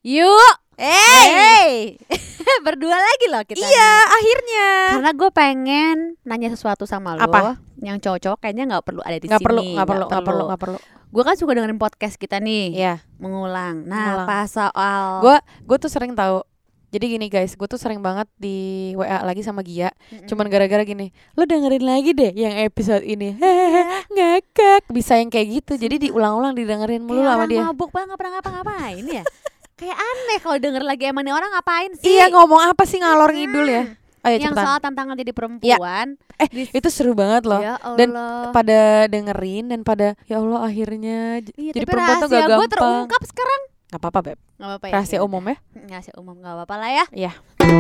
Yuk. Hey. Berdua lagi loh kita. Iya, akhirnya. Karena gue pengen nanya sesuatu sama lo. Apa? Yang cowok-cowok kayaknya gak perlu ada di Nggak sini. perlu. Gue kan suka dengerin podcast kita nih. Iya. Mengulang. Nah, Mengulang. pas soal Gue tuh sering tahu. Jadi gini guys, gue tuh sering banget di WA lagi sama Gia. Cuman gara-gara gini, lo dengerin lagi deh yang episode ini. Hehehe, ngakak. Bisa yang kayak gitu. Jadi diulang-ulang didengerin mulu kayak sama orang dia. mabuk banget gak pernah ngapa-ngapain ya. Kayak aneh kalau denger lagi emang nih orang ngapain sih. Iya, ngomong apa sih ngalor ngidul ya. Ayo Yang cepetan. soal tantangan jadi perempuan. Itu seru banget loh. Ya Allah. Dan pada dengerin dan pada ya Allah akhirnya Iya, jadi tapi perempuan tuh gak rahasia gue gampang. terungkap sekarang. Gak apa-apa Beb. Gak apa-apa ya. Rahasia umum ya. Rahasia umum gak apa-apa lah ya. Iya.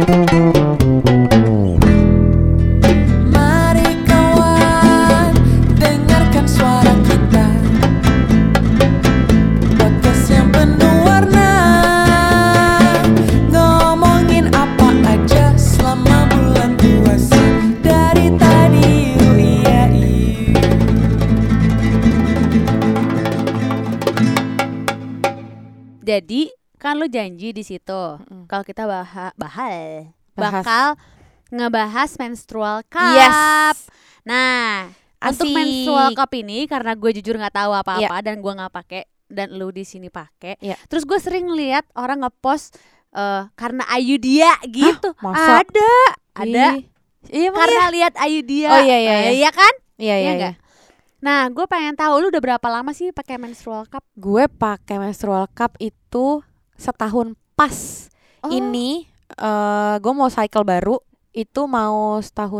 Mari kawan, dengarkan suara kita. Podcast yang penuh warna, ngomongin apa aja selama bulan puasa. Dari tadi iya. Jadi kan lu janji di situ kalau kita bakal ngebahas menstrual cup. Yes. Nah, untuk Asik. menstrual cup ini karena gue jujur nggak tahu apa-apa Iya. dan gue nggak pakai dan lu di sini pakai. Iya. Terus gue sering lihat orang ngepost karena Ayu dia gitu. Masa? Ada. Ih. Iya emang Karena iya. lihat Ayu dia. Oh, iya. Iya kan? Iya Iya iya. nggak? Nah, gue pengen tahu lu udah berapa lama sih pakai menstrual cup? Gue pakai menstrual cup itu setahun pas. Oh. Ini gue mau cycle baru itu mau setahun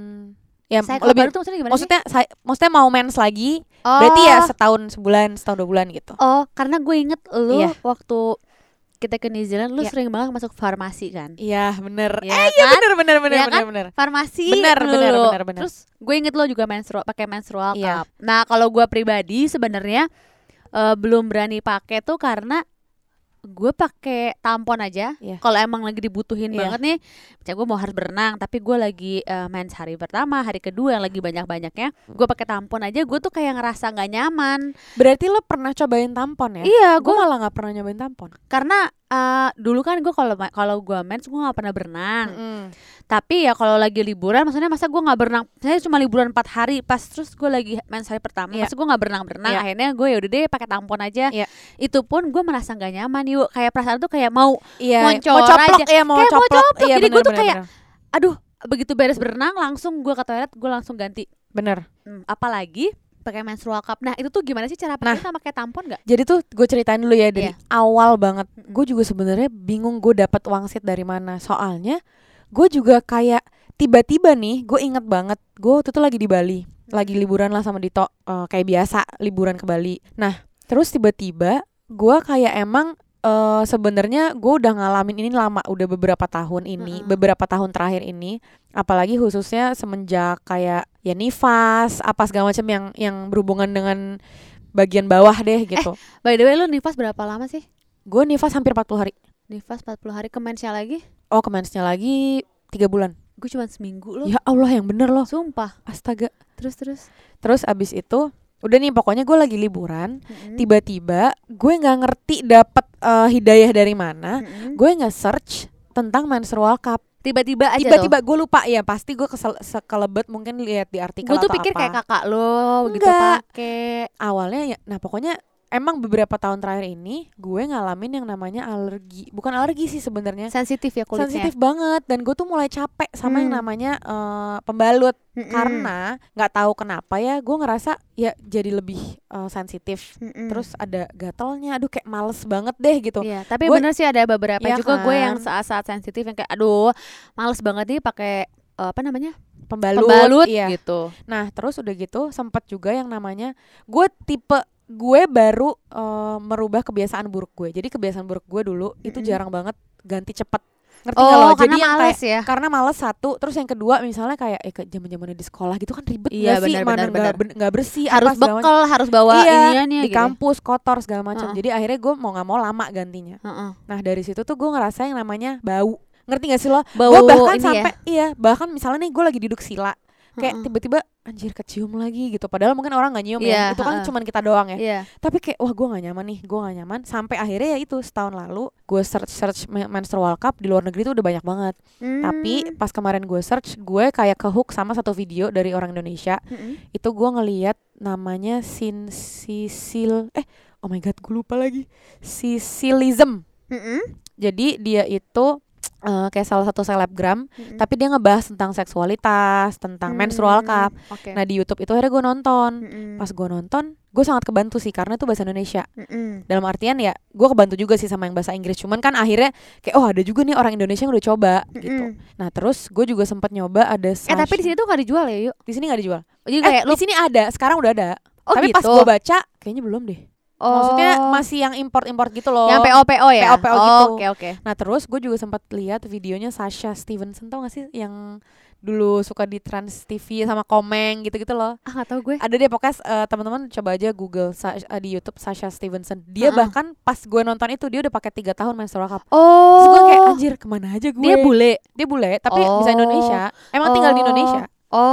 ya Cycle lebih baru tuh maksudnya gimana maksudnya mau mens lagi. sih? Oh. Berarti ya setahun 2 bulan gitu. Oh, karena gue inget lu Iya. waktu kita ke New Zealand lu Iya. sering banget masuk farmasi kan? Iya bener. Iya Iya kan? bener Iya kan? bener. Farmasi Bener, dulu. bener. Terus gue inget lu juga pakai menstrual Iya. cup. Nah, kalau gue pribadi sebenarnya belum berani pakai tuh karena gue pakai tampon aja. Iya. Kalau emang lagi dibutuhin Iya. banget nih, misalnya gue mau harus berenang, tapi gue lagi mens hari pertama, hari kedua yang lagi banyak-banyaknya, gue pakai tampon aja, gue tuh kayak ngerasa nggak nyaman. Berarti lo pernah cobain tampon ya? Iya, Gue gue malah nggak pernah nyobain tampon. karena dulu kan gue kalau gue mens gue nggak pernah berenang. Mm. Tapi ya kalau lagi liburan, maksudnya masa gue nggak berenang? Saya cuma liburan 4 hari, pas terus gue lagi mens hari pertama, Iya. masa gue nggak berenang. Iya. Akhirnya gue ya udah deh pakai tampon aja. Iya. Itu pun gue merasa nggak nyaman yuk, kayak perasaan tuh kayak mau Iya, Moncor mau coplok aja. ya, mau Kayak mau coplok. coplok. Iya, Jadi gue tuh bener, kayak bener. aduh, begitu beres berenang langsung gue ke toilet, gue langsung ganti. Bener. Apalagi pakai menstrual cup. Nah, itu tuh gimana sih cara pakai sama kayak tampon nggak? Jadi tuh gue ceritain dulu ya dari Iya. awal banget. Gue juga sebenarnya bingung gue dapat wangsit dari mana. Soalnya gue juga kayak tiba-tiba nih, gue inget banget. Gue waktu itu lagi di Bali, lagi liburan lah sama Dito, kayak biasa liburan ke Bali. Nah, terus tiba-tiba gue kayak emang sebenarnya gue udah ngalamin ini lama, udah beberapa tahun ini, beberapa tahun terakhir ini, apalagi khususnya semenjak kayak ya nifas, apa segala macam yang berhubungan dengan bagian bawah deh gitu. By the way, lu nifas berapa lama sih? Gue nifas hampir 40 hari. Nifas 40 hari, ke mensnya lagi? Oh, ke mensnya lagi 3 bulan. Gue cuma seminggu loh. Ya Allah, yang bener loh. Sumpah. Astaga. Terus Terus abis itu udah nih, pokoknya gue lagi liburan. Tiba-tiba gue gak ngerti dapet hidayah dari mana. Gue nge-search tentang menstrual cup. tiba-tiba aja Tiba-tiba gue lupa ya, pasti gue sekelebet mungkin lihat di artikel gue tuh atau pikir apa. kayak kakak lo begitu Enggak. pakai. Awalnya ya, nah pokoknya emang beberapa tahun terakhir ini gue ngalamin yang namanya alergi. Bukan alergi sih sebenarnya. Sensitif ya kulitnya. Sensitif banget, dan gue tuh mulai capek sama yang namanya pembalut. Karena nggak tahu kenapa ya, gue ngerasa ya jadi lebih sensitif. Terus ada gatalnya, aduh kayak males banget deh gitu. Iya, tapi Gue- bener sih ada beberapa Iya juga gue kan? yang saat-saat sensitif yang kayak aduh males banget nih pakai apa namanya Pembalut, iya. gitu. Nah terus udah gitu sempet juga yang namanya, gue baru merubah kebiasaan buruk gue. Jadi kebiasaan buruk gue dulu itu jarang banget ganti cepet. Ngerti nggak lo? Oh, Jadi karena yang males kayak, ya. karena males satu, terus yang kedua misalnya kayak ke zaman-zamannya di sekolah gitu kan ribet Iya, nggak sih, benar, mana benar. nggak bersih, Harus apa segala macam. bekal, harus bawa Iya, iniannya di gitu. kampus kotor segala macam. Heeh. Jadi akhirnya gue mau nggak mau lama gantinya. Heeh. Nah dari situ tuh gue ngerasa yang namanya bau. Ngerti gak sih lo? Bau Gue bahkan ini sampai bahkan misalnya nih gue lagi duduk sila, kayak Heeh. tiba-tiba anjir kecium lagi gitu. Padahal mungkin orang nggak nyium Iya, ya. Itu kan heeh. cuman kita doang ya. Iya. Tapi kayak wah gue nggak nyaman nih, gue nggak nyaman. Sampai akhirnya ya itu setahun lalu gue search menstrual cup di luar negeri tuh udah banyak banget. Tapi pas kemarin gue search, gue kayak kehook sama satu video dari orang Indonesia. Itu gue ngeliat namanya oh my god gue lupa lagi, Sicilism. Jadi dia itu kayak salah satu selebgram, tapi dia ngebahas tentang seksualitas, tentang menstrual cup. Oke. Nah di YouTube itu akhirnya gue nonton. Pas gue nonton, gue sangat kebantu sih karena itu bahasa Indonesia. Dalam artian ya, gue kebantu juga sih sama yang bahasa Inggris. Cuman kan akhirnya kayak oh ada juga nih orang Indonesia yang udah coba gitu. Nah terus gue juga sempat nyoba ada Tapi di sini tuh nggak dijual ya, Yuk? di sini nggak dijual. Jadi kayak Di sini ada, sekarang udah ada. Oh, Tapi gitu. pas gue baca, kayaknya belum deh. Maksudnya Oh. masih yang import-import gitu loh. Yang PO ya? PO gitu. Oke. Nah terus gue juga sempat lihat videonya Sasha Stevenson, tau gak sih yang dulu suka di Trans TV sama Komeng gitu-gitu loh. Ah, nggak tahu gue. Ada deh pokoknya teman-teman coba aja Google di YouTube Sasha Stevenson. Dia bahkan pas gue nonton itu dia udah pakai 3 tahun menstrual cup. Terus gue kayak anjir kemana aja gue. Dia bule. Dia bule tapi bisa Indonesia. Emang tinggal di Indonesia.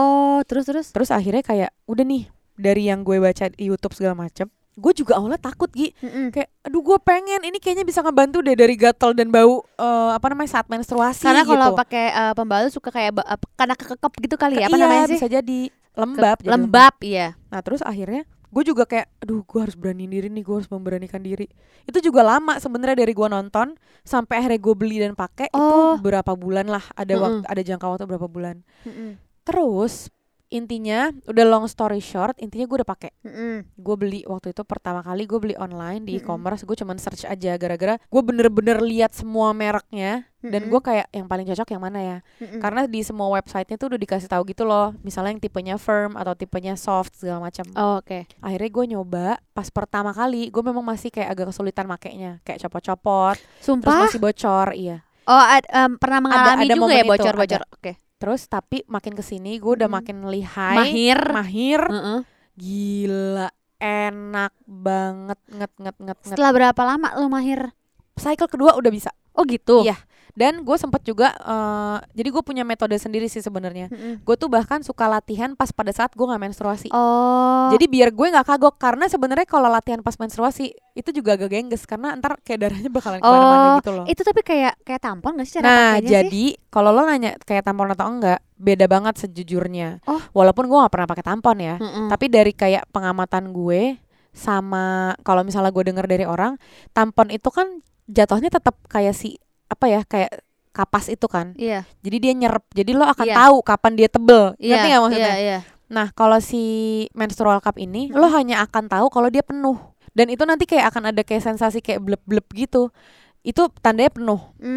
Terus. Akhirnya kayak udah nih dari yang gue baca di YouTube segala macem. Gue juga awalnya takut Gi. Kayak aduh gue pengen ini kayaknya bisa ngebantu deh dari gatal dan bau saat menstruasi. Karena gitu. kalau pakai pembalut suka kayak karena kekep gitu kali ya, apa iya, namanya sih? bisa jadi lembab. Jadi Lembab, iya. Nah terus akhirnya gue juga kayak aduh gue harus beraniin diri nih, gue harus memberanikan diri. Itu juga lama sebenarnya dari gue nonton sampai akhirnya gue beli dan pakai itu berapa bulan lah, ada waktu, ada jangka waktu berapa bulan. Terus intinya udah long story short, intinya gue udah pakai. Gue beli waktu itu pertama kali gue beli online di e-commerce. Gue cuman search aja gara-gara gue bener-bener lihat semua mereknya dan gue kayak yang paling cocok yang mana ya. Karena di semua websitenya tuh udah dikasih tahu gitu loh, misalnya yang tipenya firm atau tipenya soft segala macam. Oke. Akhirnya gue nyoba, pas pertama kali gue memang masih kayak agak kesulitan makainya, kayak copot-copot, terus Sumpah? masih bocor. Iya. Pernah mengalami ada juga ya momen itu, bocor-bocor. ada. Oke. Terus tapi makin kesini gue udah makin lihai, mahir. Gila, enak banget, nget. Setelah berapa lama lo mahir? Cycle kedua udah bisa. Oh gitu. Iya. Dan gue sempet juga jadi gue punya metode sendiri sih sebenarnya. Gue tuh bahkan suka latihan pas pada saat gue nggak menstruasi. Jadi biar gue nggak kagok, karena sebenarnya kalau latihan pas menstruasi itu juga agak gengges karena ntar kayak darahnya bakalan kemana-mana gitu loh. Itu tapi kayak tampon nggak sih cara Nah pakainya jadi kalau lo nanya kayak tampon atau enggak, beda banget sejujurnya. Walaupun gue nggak pernah pakai tampon ya, tapi dari kayak pengamatan gue sama kalau misalnya gue dengar dari orang, tampon itu kan jatuhnya tetap kayak kayak kapas itu kan. Iya. Jadi dia nyerap. Jadi lo akan tahu kapan dia tebel. Ngerti gak maksudnya? Iya. Nah kalau si menstrual cup ini lo hanya akan tahu kalau dia penuh. Dan itu nanti kayak akan ada kayak sensasi kayak bleb-bleb gitu. Itu tandanya penuh.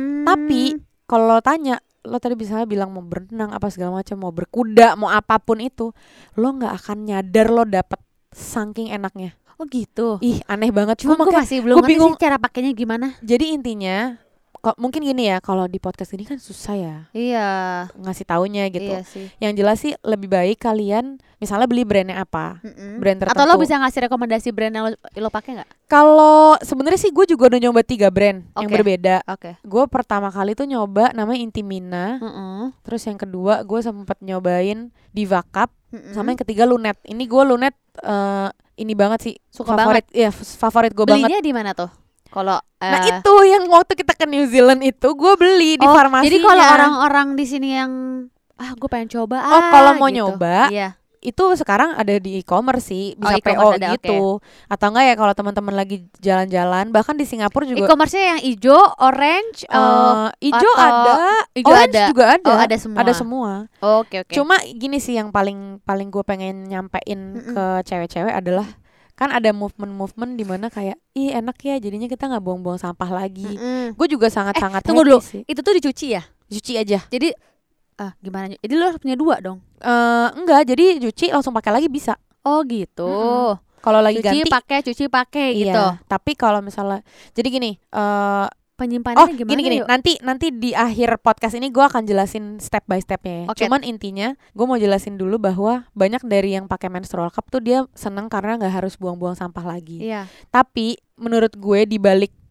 Tapi kalau lo tanya, lo tadi bisa bilang mau berenang apa segala macam, mau berkuda, mau apapun itu, lo nggak akan nyadar lo dapet saking enaknya. Oh gitu. Ih aneh banget. Cuma gue masih belum ngerti sih cara pakainya gimana. Jadi intinya mungkin gini ya, kalau di podcast ini kan susah ya. Iya. Ngasih taunya gitu. Iya sih. Yang jelas sih lebih baik kalian misalnya beli brandnya apa, brand tertentu. Atau lo bisa ngasih rekomendasi brand yang lo pakai nggak? Kalau sebenarnya sih gue juga udah nyoba 3 brand yang berbeda. Gue pertama kali tuh nyoba namanya Intimina. Terus yang kedua gue sempet nyobain Diva Cup. Sama yang ketiga Lunet. Ini gue Lunet ini banget sih, suka favorit. Iya, favorit gue banget. Belinya di mana tuh? Kalau nah itu yang waktu kita ke New Zealand itu gue beli di farmasinya. Jadi kalau orang-orang di sini yang gue pengen coba kalau mau gitu. nyoba itu sekarang ada di e-commerce sih, bisa PO ada, gitu. Atau enggak ya kalau teman-teman lagi jalan-jalan, bahkan di Singapura juga e-commerce-nya yang hijau, orange, hijau ada, orange juga ada. Ada semua. Ada semua. Oke. Cuma gini sih yang paling gue pengen nyampein ke cewek-cewek adalah kan ada movement di mana kayak ih enak ya jadinya kita nggak buang-buang sampah lagi. Gue juga sangat-sangat tunggu dulu sih. Itu tuh dicuci ya? Cuci aja. Jadi gimana? Jadi lo harus punya 2 dong? Enggak, jadi cuci langsung pakai lagi bisa. Oh gitu. Kalau lagi ganti cuci pakai gitu. Iya, tapi kalau misalnya jadi gini, penyimpanannya gimana? Gini. Nanti di akhir podcast ini gue akan jelasin step by stepnya ya. Cuman intinya gue mau jelasin dulu bahwa banyak dari yang pakai menstrual cup tuh dia seneng karena nggak harus buang-buang sampah lagi. Iya. Tapi menurut gue di balik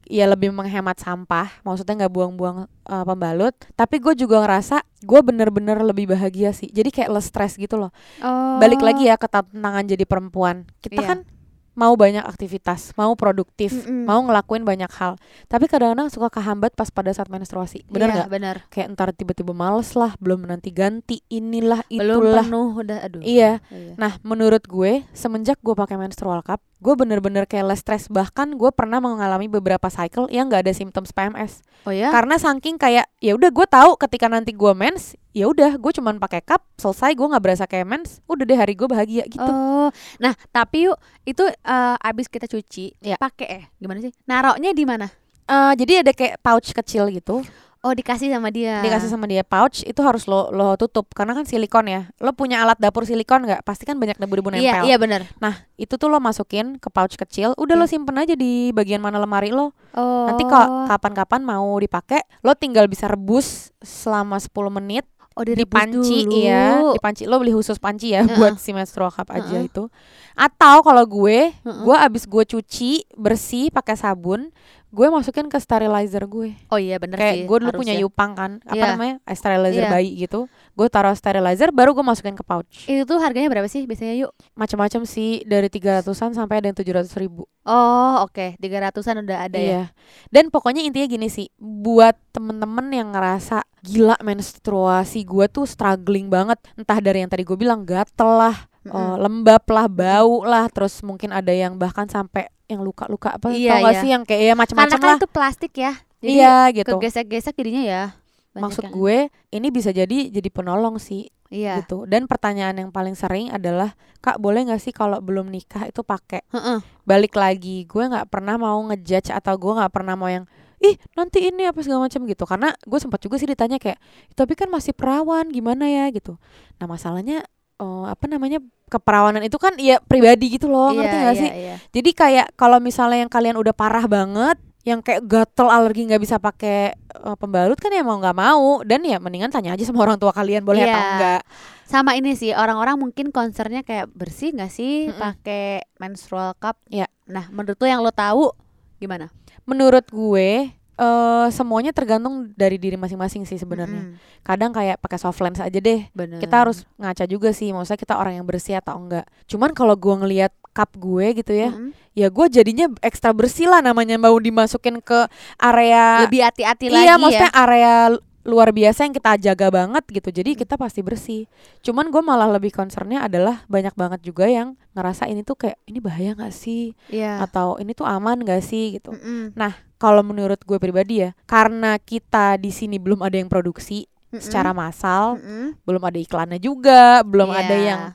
ya lebih menghemat sampah, maksudnya nggak buang-buang pembalut, tapi gue juga ngerasa gue bener-bener lebih bahagia sih, jadi kayak less stress gitu loh. Balik lagi ya ke tantangan jadi perempuan, kita Iya. kan mau banyak aktivitas, mau produktif, mau ngelakuin banyak hal, tapi kadang-kadang suka kehambat pas pada saat menstruasi, bener Iya, nggak? bener. Kayak entar tiba-tiba males lah, belum nanti ganti inilah Belum itulah. penuh udah, aduh. Iya. Iya. Nah, menurut gue semenjak gue pakai menstrual cup, gue bener-bener kayak less stress. Bahkan gue pernah mengalami beberapa cycle yang nggak ada symptoms PMS. Oh ya? Karena saking kayak ya udah gue tahu ketika nanti gue mens, ya udah gue cuman pakai cup, selesai, gue nggak berasa kayak mens, udah deh hari gue bahagia gitu. Oh, nah tapi yuk itu abis kita cuci, Ya. pakai gimana sih? Naroknya di mana? Jadi ada kayak pouch kecil gitu, Oh, dikasih sama dia. dikasih sama dia pouch, itu harus lo tutup karena kan silikon ya. Lo punya alat dapur silikon nggak? Pasti kan banyak debu-debu Iya, nempel. iya benar. Nah itu tuh lo masukin ke pouch kecil, udah lo simpen aja di bagian mana lemari lo. Oh. Nanti kok kapan-kapan mau dipakai, lo tinggal bisa rebus selama 10 menit Oh, di direbus panci. dulu. Iya, di panci. Lo beli khusus panci ya buat si menstrual cup aja Heeh. itu. Atau kalau gue Heeh. abis gue cuci bersih pakai sabun, gue masukin ke sterilizer gue. Oh iya benar Kayak sih. gue dulu harus punya ya. Yupang kan, apa Iya. namanya, sterilizer Iya. bayi gitu. Gue taruh sterilizer, baru gue masukin ke pouch. Itu tuh harganya berapa sih biasanya yuk? Macam-macam sih, dari 300-an sampai ada yang 700.000. Oh oke, 300-an udah ada ya. Iya. Dan pokoknya intinya gini sih, buat temen-temen yang ngerasa gila menstruasi gue tuh struggling banget, entah dari yang tadi gue bilang gatel lah, lembab lah, bau lah, terus mungkin ada yang bahkan sampai yang luka-luka apa, Iya, tau gak iya. sih yang kayak ya Karena macam-macam kan lah. itu plastik ya. Jadi Iya gitu. kegesek-gesek jadinya ya. Banyak Maksud yang- gue ini bisa jadi penolong sih. Iya. Gitu. Dan pertanyaan yang paling sering adalah, Kak boleh nggak sih kalau belum nikah itu pakai? Heeh. Balik lagi, gue nggak pernah mau ngejudge atau gue nggak pernah mau yang nanti ini apa segala macam gitu, karena gue sempat juga sih ditanya kayak, tapi kan masih perawan gimana ya gitu. Nah masalahnya apa namanya, keperawanan itu kan ya pribadi gitu loh, ngerti nggak sih? Iya. Jadi kayak kalau misalnya yang kalian udah parah banget, yang kayak gatel alergi nggak bisa pakai pembalut, kan ya mau nggak mau, dan ya mendingan tanya aja sama orang tua kalian boleh atau Iya. enggak. Sama ini sih, orang-orang mungkin concernnya kayak bersih nggak sih pakai menstrual cup? Iya. Nah, menurut lo yang lo tahu gimana? Menurut gue semuanya tergantung dari diri masing-masing sih sebenarnya. Kadang kayak pakai soft lens aja deh. Bener. Kita harus ngaca juga sih, maksudnya kita orang yang bersih atau enggak. Cuman kalau gue ngelihat cup gue gitu ya, ya gue jadinya ekstra bersih lah, namanya mau dimasukin ke area lebih hati-hati lagi iya, ya. maksudnya area luar biasa yang kita jaga banget gitu. Jadi kita pasti bersih. Cuman gue malah lebih concernnya adalah banyak banget juga yang ngerasa ini tuh kayak, ini bahaya gak sih? Iya. Atau ini tuh aman gak sih gitu. Mm-mm. Nah, kalau menurut gue pribadi ya, karena kita di sini belum ada yang produksi secara massal, Mm-mm. belum ada iklannya juga, belum Iya. ada yang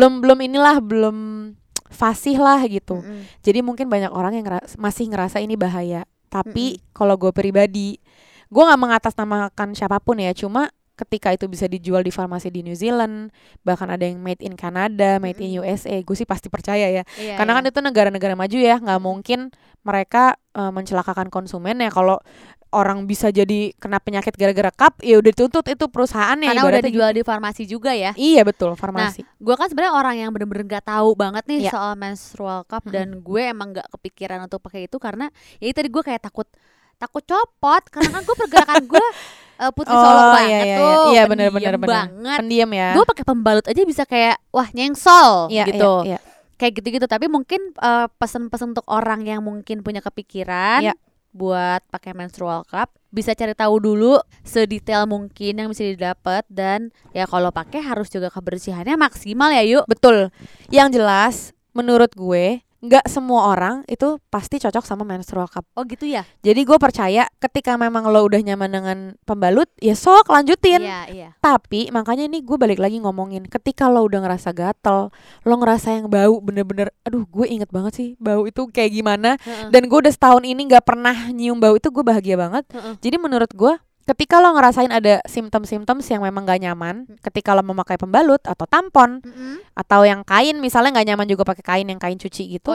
belum fasih lah gitu. Mm-mm. Jadi mungkin banyak orang yang masih ngerasa ini bahaya. Tapi kalau gue pribadi, gue nggak mengatasnamakan siapapun ya, cuma ketika itu bisa dijual di farmasi di New Zealand, bahkan ada yang made in Canada, made in USA, gue sih pasti percaya ya. Iya, Karena kan itu negara-negara maju ya, nggak mungkin mereka mencelakakan konsumen ya. Kalau orang bisa jadi kena penyakit gara-gara cup, ya udah dituntut itu perusahaannya. karena udah ibaratnya dijual gitu. di farmasi juga ya. Iya betul, farmasi. Gue kan sebenarnya orang yang bener-bener gak tahu banget nih Iya. soal menstrual cup, dan gue emang gak kepikiran untuk pakai itu karena ya tadi gue kayak takut copot, karena kan gue pergerakan gue putri Solo banget tuh, iya pendiam benar banget. pendiam ya. Gue pakai pembalut aja bisa kayak wah nyengsol Iya, gitu. iya. Kayak gitu-gitu. Tapi mungkin pesan-pesan untuk orang yang mungkin punya kepikiran Iya. buat pakai menstrual cup, bisa cari tahu dulu sedetail mungkin yang bisa didapat, dan ya kalau pakai harus juga kebersihannya maksimal ya yuk. Betul. Yang jelas menurut gue nggak semua orang itu pasti cocok sama menstrual cup. Oh gitu ya. Jadi gue percaya ketika memang lo udah nyaman dengan pembalut, ya sok lanjutin. Iya. Tapi makanya ini gue balik lagi ngomongin, ketika lo udah ngerasa gatel, lo ngerasa yang bau bener-bener, aduh gue inget banget sih bau itu kayak gimana. Dan gue udah setahun ini nggak pernah nyium bau itu, gue bahagia banget. Jadi menurut gue, ketika lo ngerasain ada simptom-simptoms yang memang gak nyaman, ketika lo memakai pembalut atau tampon atau yang kain, misalnya gak nyaman juga pakai kain yang kain cuci gitu, Oh iya.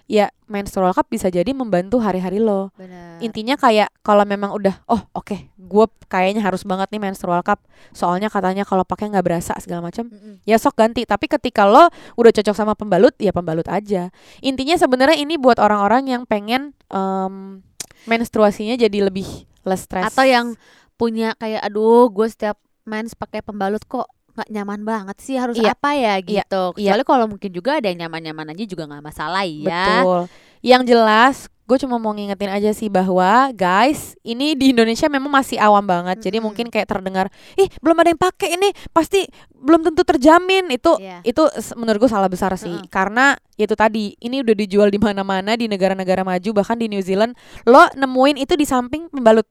ya menstrual cup bisa jadi membantu hari-hari lo. Bener. Intinya kayak kalau memang udah oke, gue kayaknya harus banget nih menstrual cup, soalnya katanya kalau pakai nggak berasa segala macam, ya sok ganti. Tapi ketika lo udah cocok sama pembalut, ya pembalut aja. Intinya sebenarnya ini buat orang-orang yang pengen menstruasinya jadi lebih less stress. Atau yang punya kayak aduh gue setiap mens pakai pembalut kok nggak nyaman banget sih, harus Iya. apa ya gitu. Iya. Kecuali kalau mungkin juga ada yang nyaman-nyaman aja juga nggak masalah ya. Betul. Yang jelas gue cuma mau ngingetin aja sih bahwa guys, ini di Indonesia memang masih awam banget. Jadi mungkin kayak terdengar, belum ada yang pakai ini, pasti belum tentu terjamin. Itu menurut gue salah besar sih. Karena itu tadi, ini udah dijual di mana-mana di negara-negara maju, bahkan di New Zealand lo nemuin itu di samping pembalut.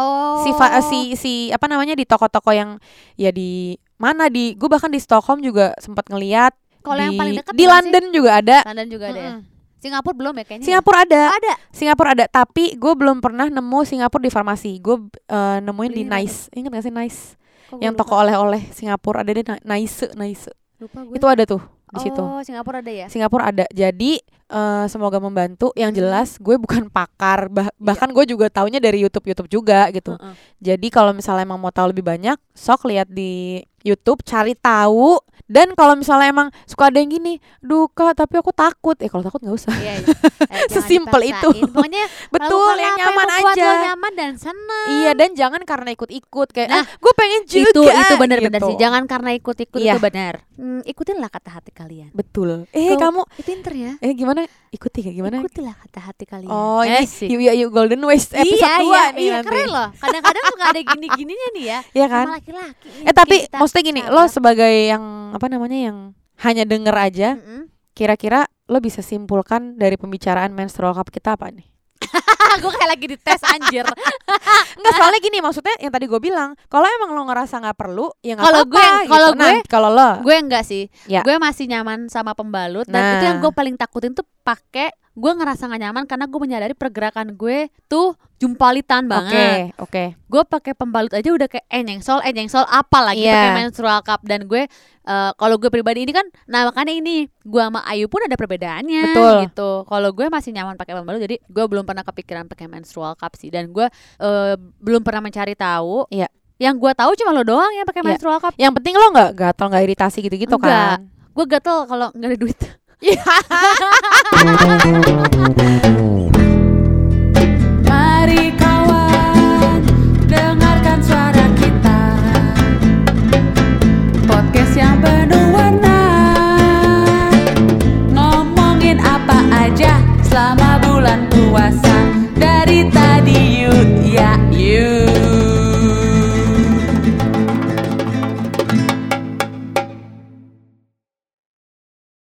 Si apa namanya, di toko-toko yang ya di mana, gue bahkan di Stockholm juga sempat ngeliat. Kalau yang paling dekat di London juga ada. London juga ada ya. Singapura belum ya kayaknya. Singapura ada, tapi gue belum pernah nemu Singapura di farmasi. Gue nemuin di Nice. Ingat gak sih Nice? Yang toko oleh-oleh Singapura ada di Nice. Lupa gue. Itu ada tuh di situ. Oh, Singapura ada ya? Singapura ada. Jadi semoga membantu. Yang jelas gue bukan pakar, bahkan gue juga taunya dari YouTube juga gitu. Jadi kalau misalnya emang mau tahu lebih banyak, sok lihat di YouTube, cari tahu. Dan kalau misalnya emang suka ada yang gini, duh Kak, tapi aku takut. Kalau takut nggak usah. Sesimpel itu. Pokoknya betul, yang nyaman aja. Nyaman dan senang. Iya, dan jangan karena ikut-ikut kayak gue pengen juga. Itu benar-benar gitu. sih. Jangan karena ikut-ikut, itu benar. Ikutinlah kata hati kalian. Betul. Kamu pinter ya. Gimana? Ikuti kayak gimana? Ikutilah kata hati kalian. Oh, ini You Golden Waist episode 2 nih nanti. Keren loh. Kadang-kadang nggak ada gini-gininya nih ya. Iya kan? Sama laki-laki. Tapi maksudnya gini, lo sebagai yang apa namanya, yang hanya denger aja, kira-kira lo bisa simpulkan dari pembicaraan menstrual cup kita apa nih? Gue kayak lagi dites anjir. Enggak, soalnya gini, maksudnya yang tadi gue bilang, kalau emang lo ngerasa nggak perlu, ya nggak apa-apa. Kalau gue enggak sih. Ya. Gue masih nyaman sama pembalut, dan itu yang gue paling takutin tuh pakai. Gue ngerasa gak nyaman karena gue menyadari pergerakan gue tuh jumpalitan banget. Oke. Gue pakai pembalut aja udah kayak enyengsol apa lagi pakai menstrual cup. Dan gue kalau gue pribadi ini kan, nah makanya ini gue sama Ayu pun ada perbedaannya. Betul. Gitu. Kalau gue masih nyaman pakai pembalut, jadi gue belum pernah kepikiran pakai menstrual cup sih. Dan gue belum pernah mencari tahu. Iya. Yang gue tahu cuma lo doang yang pakai menstrual cup. Yang penting lo nggak gatal, nggak iritasi gitu-gitu kan? Gue gatel kalau nggak ada duit.